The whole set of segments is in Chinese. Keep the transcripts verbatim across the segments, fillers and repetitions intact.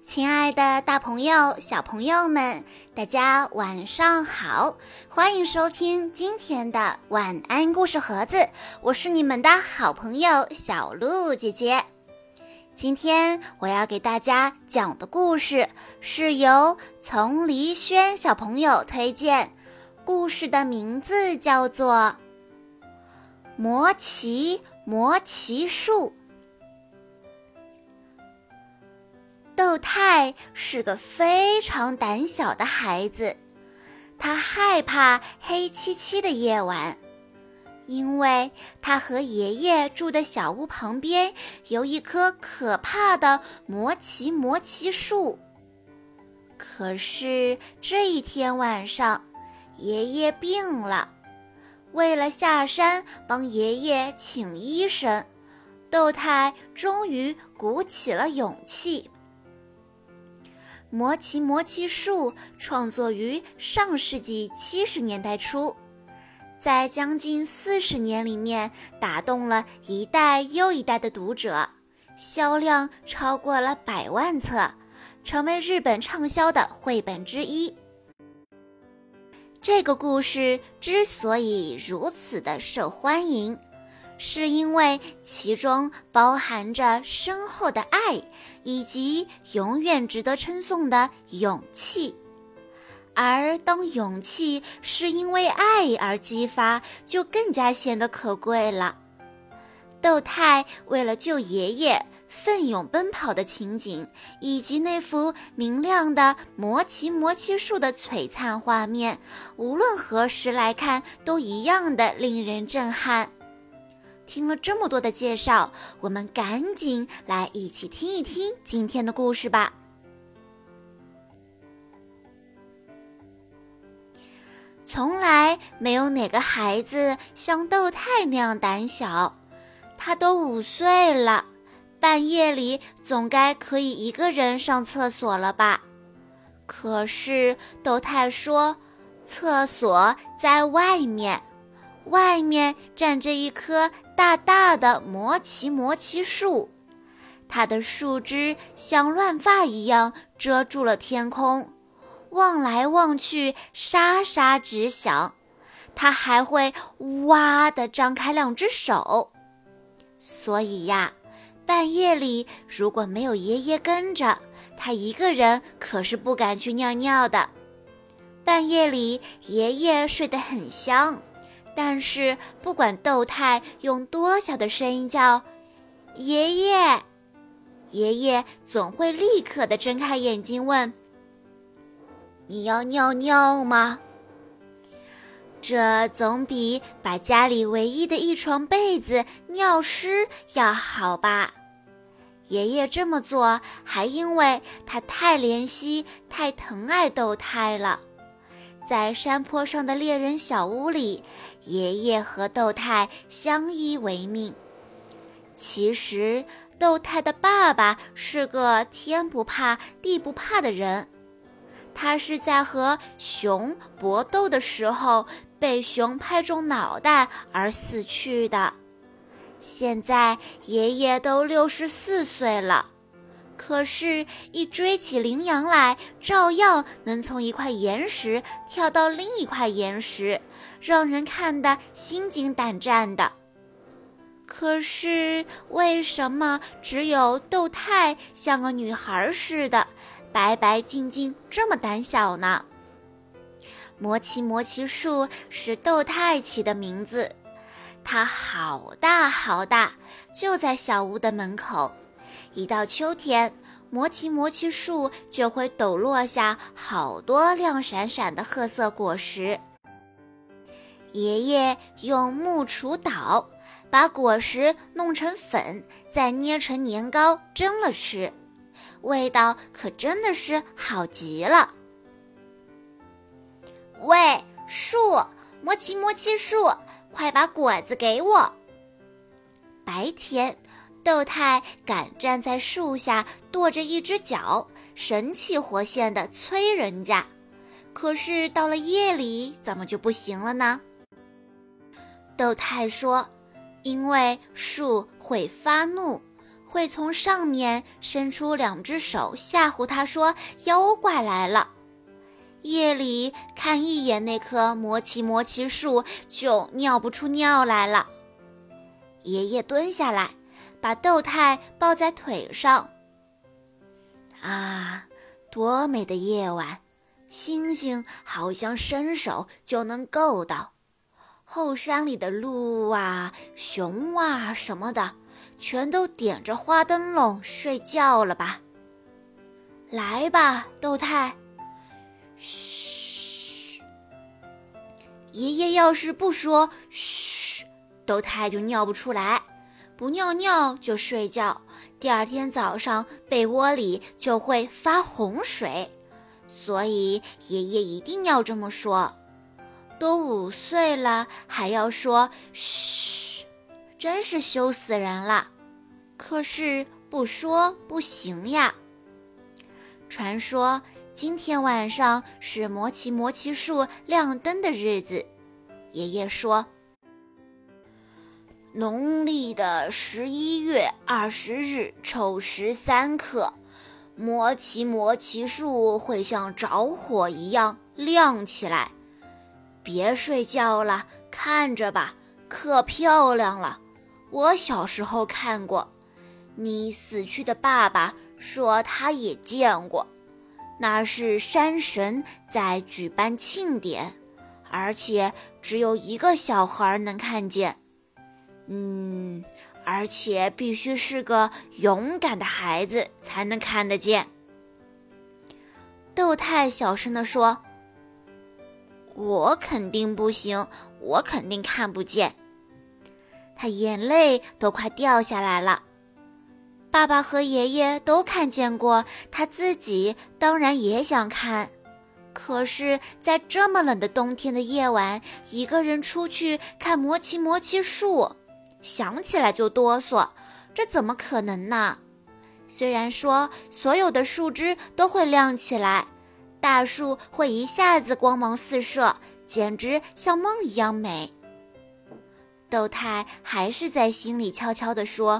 亲爱的大朋友、小朋友们，大家晚上好，欢迎收听今天的晚安故事盒子，我是你们的好朋友小鹿姐姐。今天我要给大家讲的故事是由丛黎轩小朋友推荐，故事的名字叫做魔奇魔奇树。豆太是个非常胆小的孩子，他害怕黑漆漆的夜晚，因为他和爷爷住的小屋旁边有一棵可怕的魔奇魔奇树。可是这一天晚上，爷爷病了，为了下山帮爷爷请医生，豆太终于鼓起了勇气。魔奇魔奇树创作于上世纪七十年代初，在将近四十年里面打动了一代又一代的读者，销量超过了百万册，成为日本畅销的绘本之一。这个故事之所以如此的受欢迎，是因为其中包含着深厚的爱，以及永远值得称颂的勇气。而当勇气是因为爱而激发，就更加显得可贵了。豆太为了救爷爷奋勇奔跑的情景，以及那幅明亮的魔奇魔奇树的璀璨画面，无论何时来看都一样的令人震撼。听了这么多的介绍，我们赶紧来一起听一听今天的故事吧。从来没有哪个孩子像豆太那样胆小，他都五岁了，半夜里总该可以一个人上厕所了吧？可是豆太说，厕所在外面，外面站着一棵大大的魔奇魔奇树，它的树枝像乱发一样遮住了天空，望来望去沙沙直响，它还会哇地张开两只手。所以呀，半夜里如果没有爷爷跟着，他一个人可是不敢去尿尿的。半夜里爷爷睡得很香，但是不管豆太用多小的声音叫爷爷，爷爷总会立刻地睁开眼睛问，你要尿尿吗？这总比把家里唯一的一床被子尿湿要好吧。爷爷这么做还因为他太怜惜太疼爱豆太了。在山坡上的猎人小屋里，爷爷和豆太相依为命。其实豆太的爸爸是个天不怕地不怕的人，他是在和熊搏斗的时候被熊拍中脑袋而死去的。现在爷爷都六十四岁了，可是一追起羚羊来，照样能从一块岩石跳到另一块岩石，让人看得心惊胆战的。可是为什么只有豆太像个女孩似的，白白净净，这么胆小呢？魔奇魔奇树是豆太起的名字，它好大好大，就在小屋的门口。一到秋天，魔奇魔奇树就会抖落下好多亮闪闪的褐色果实。爷爷用木锄捣，把果实弄成粉，再捏成年糕蒸了吃，味道可真的是好极了。喂，树，魔奇魔奇树，快把果子给我。白天豆太敢站在树下跺着一只脚，神气活现地催人家，可是到了夜里怎么就不行了呢？豆太说，因为树会发怒， 会从上面伸出两只手吓唬他说妖怪来了。夜里看一眼那棵魔奇魔奇树就尿不出尿来了。爷爷蹲下来，把豆太抱在腿上。啊，多美的夜晚，星星好像伸手就能够到。后山里的鹿啊、熊啊什么的，全都点着花灯笼睡觉了吧？来吧，豆太。嘘，爷爷要是不说嘘，豆太就尿不出来，不尿尿就睡觉，第二天早上被窝里就会发洪水，所以爷爷一定要这么说。都五岁了还要说嘘，真是羞死人了。可是不说不行呀。传说今天晚上是魔奇魔奇树亮灯的日子。爷爷说，农历的十一月二十日丑时三刻，魔奇魔奇树会像着火一样亮起来。别睡觉了，看着吧，可漂亮了。我小时候看过，你死去的爸爸说他也见过。那是山神在举办庆典，而且只有一个小孩能看见。嗯，而且必须是个勇敢的孩子才能看得见。豆太小声地说，我肯定不行，我肯定看不见。他眼泪都快掉下来了。爸爸和爷爷都看见过，他自己当然也想看。可是在这么冷的冬天的夜晚，一个人出去看魔奇魔奇树，想起来就哆嗦，这怎么可能呢？虽然说所有的树枝都会亮起来，大树会一下子光芒四射，简直像梦一样美。豆太还是在心里悄悄地说，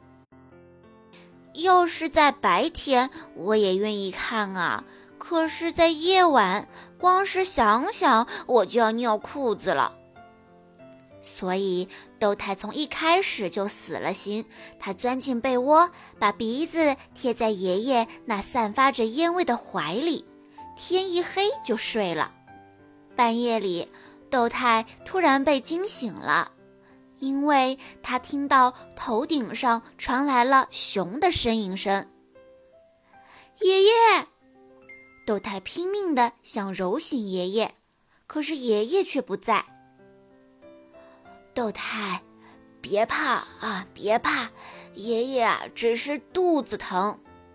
要是在白天我也愿意看啊，可是在夜晚光是想想我就要尿裤子了。所以豆太从一开始就死了心，他钻进被窝，把鼻子贴在爷爷那散发着烟味的怀里，天一黑就睡了。半夜里，豆太突然被惊醒了，因为他听到头顶上传来了熊的呻吟声。爷爷！豆太拼命地想揉醒爷爷，可是爷爷却不在。豆太，别怕啊，别怕，爷爷啊，只是肚子疼。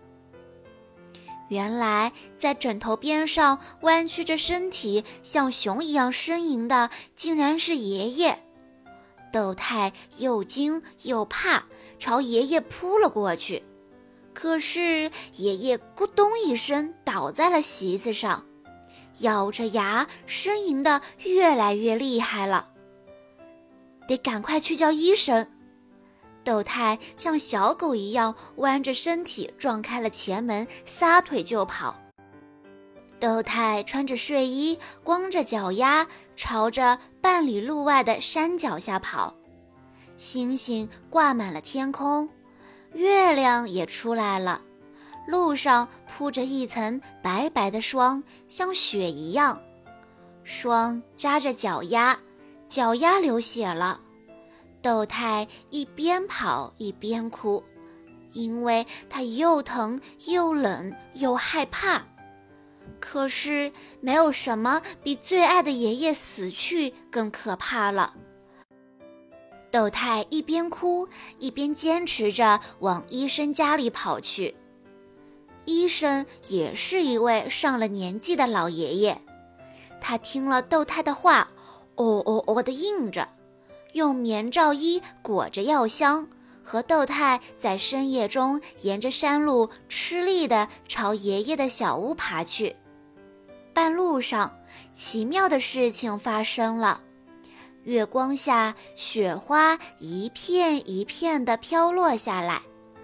原来在枕头边上弯曲着身体像熊一样呻吟的竟然是爷爷。豆太又惊又怕，朝爷爷扑了过去，可是爷爷咕咚一声倒在了席子上，咬着牙呻吟得越来越厉害了。得赶快去叫医生。豆太像小狗一样弯着身体撞开了前门，撒腿就跑。豆太穿着睡衣，光着脚丫，朝着半里路外的山脚下跑。星星挂满了天空，月亮也出来了，路上铺着一层白白的霜，像雪一样。霜扎着脚丫，脚丫流血了。豆太一边跑一边哭，因为他又疼又冷又害怕。可是没有什么比最爱的爷爷死去更可怕了。豆太一边哭一边坚持着往医生家里跑去。医生也是一位上了年纪的老爷爷，他听了豆太的话，哦哦哦地应着，用棉罩衣裹着药箱，和豆太在深夜中沿着山路吃力地朝爷爷的小屋爬去。半路上，奇妙的事情发生了。月光下，雪花一片一片地飘落下来，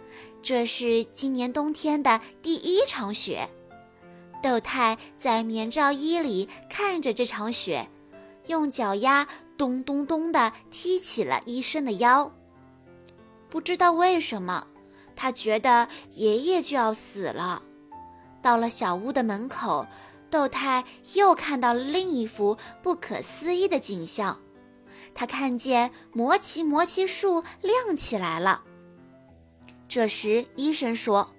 这是今年冬天的第一场雪。豆太在棉罩衣里看着这场雪，用脚丫咚咚咚地踢起了医生的腰。不知道为什么，他觉得爷爷就要死了。到了小屋的门口，豆太又看到了另一幅不可思议的景象。他看见魔奇魔奇树亮起来了。这时医生说：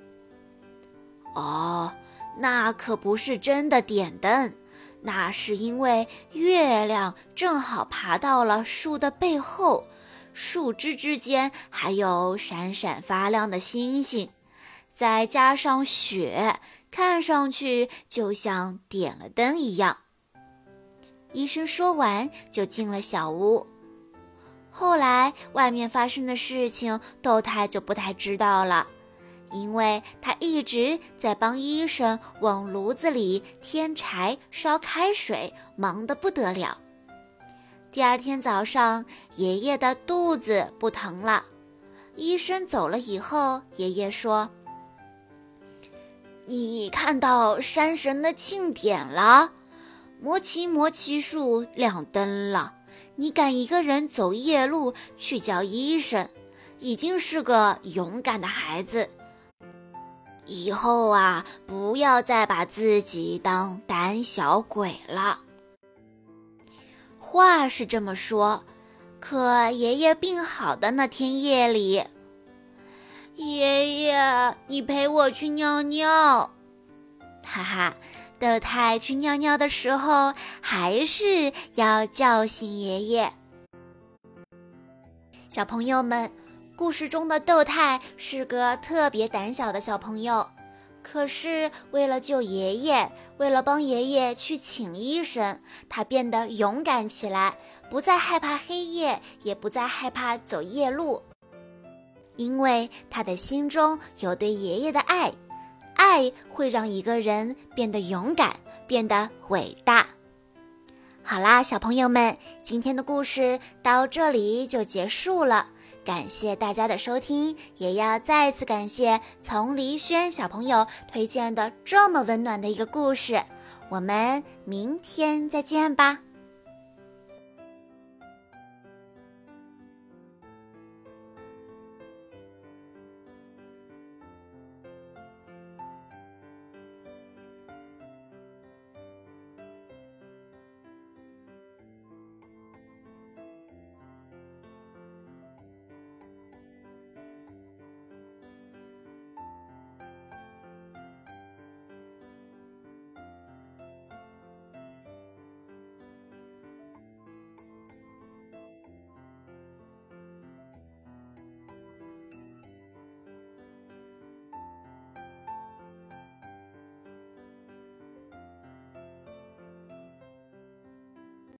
哦，那可不是真的点灯，那是因为月亮正好爬到了树的背后，树枝之间还有闪闪发亮的星星，再加上雪，看上去就像点了灯一样。医生说完就进了小屋。后来外面发生的事情，豆太就不太知道了，因为他一直在帮医生往炉子里添柴烧开水，忙得不得了。第二天早上，爷爷的肚子不疼了。医生走了以后，爷爷说：你看到山神的庆典了？魔奇魔奇树亮灯了，你敢一个人走夜路去叫医生，已经是个勇敢的孩子。以后啊，不要再把自己当胆小鬼了。话是这么说，可爷爷病好的那天夜里，爷爷，你陪我去尿尿。哈哈，豆太去尿尿的时候，还是要叫醒爷爷。小朋友们，故事中的豆太是个特别胆小的小朋友，可是为了救爷爷，为了帮爷爷去请医生，他变得勇敢起来，不再害怕黑夜，也不再害怕走夜路，因为他的心中有对爷爷的爱。爱会让一个人变得勇敢，变得伟大。好啦，小朋友们，今天的故事到这里就结束了，感谢大家的收听，也要再次感谢丛黎轩小朋友推荐的这么温暖的一个故事。我们明天再见吧。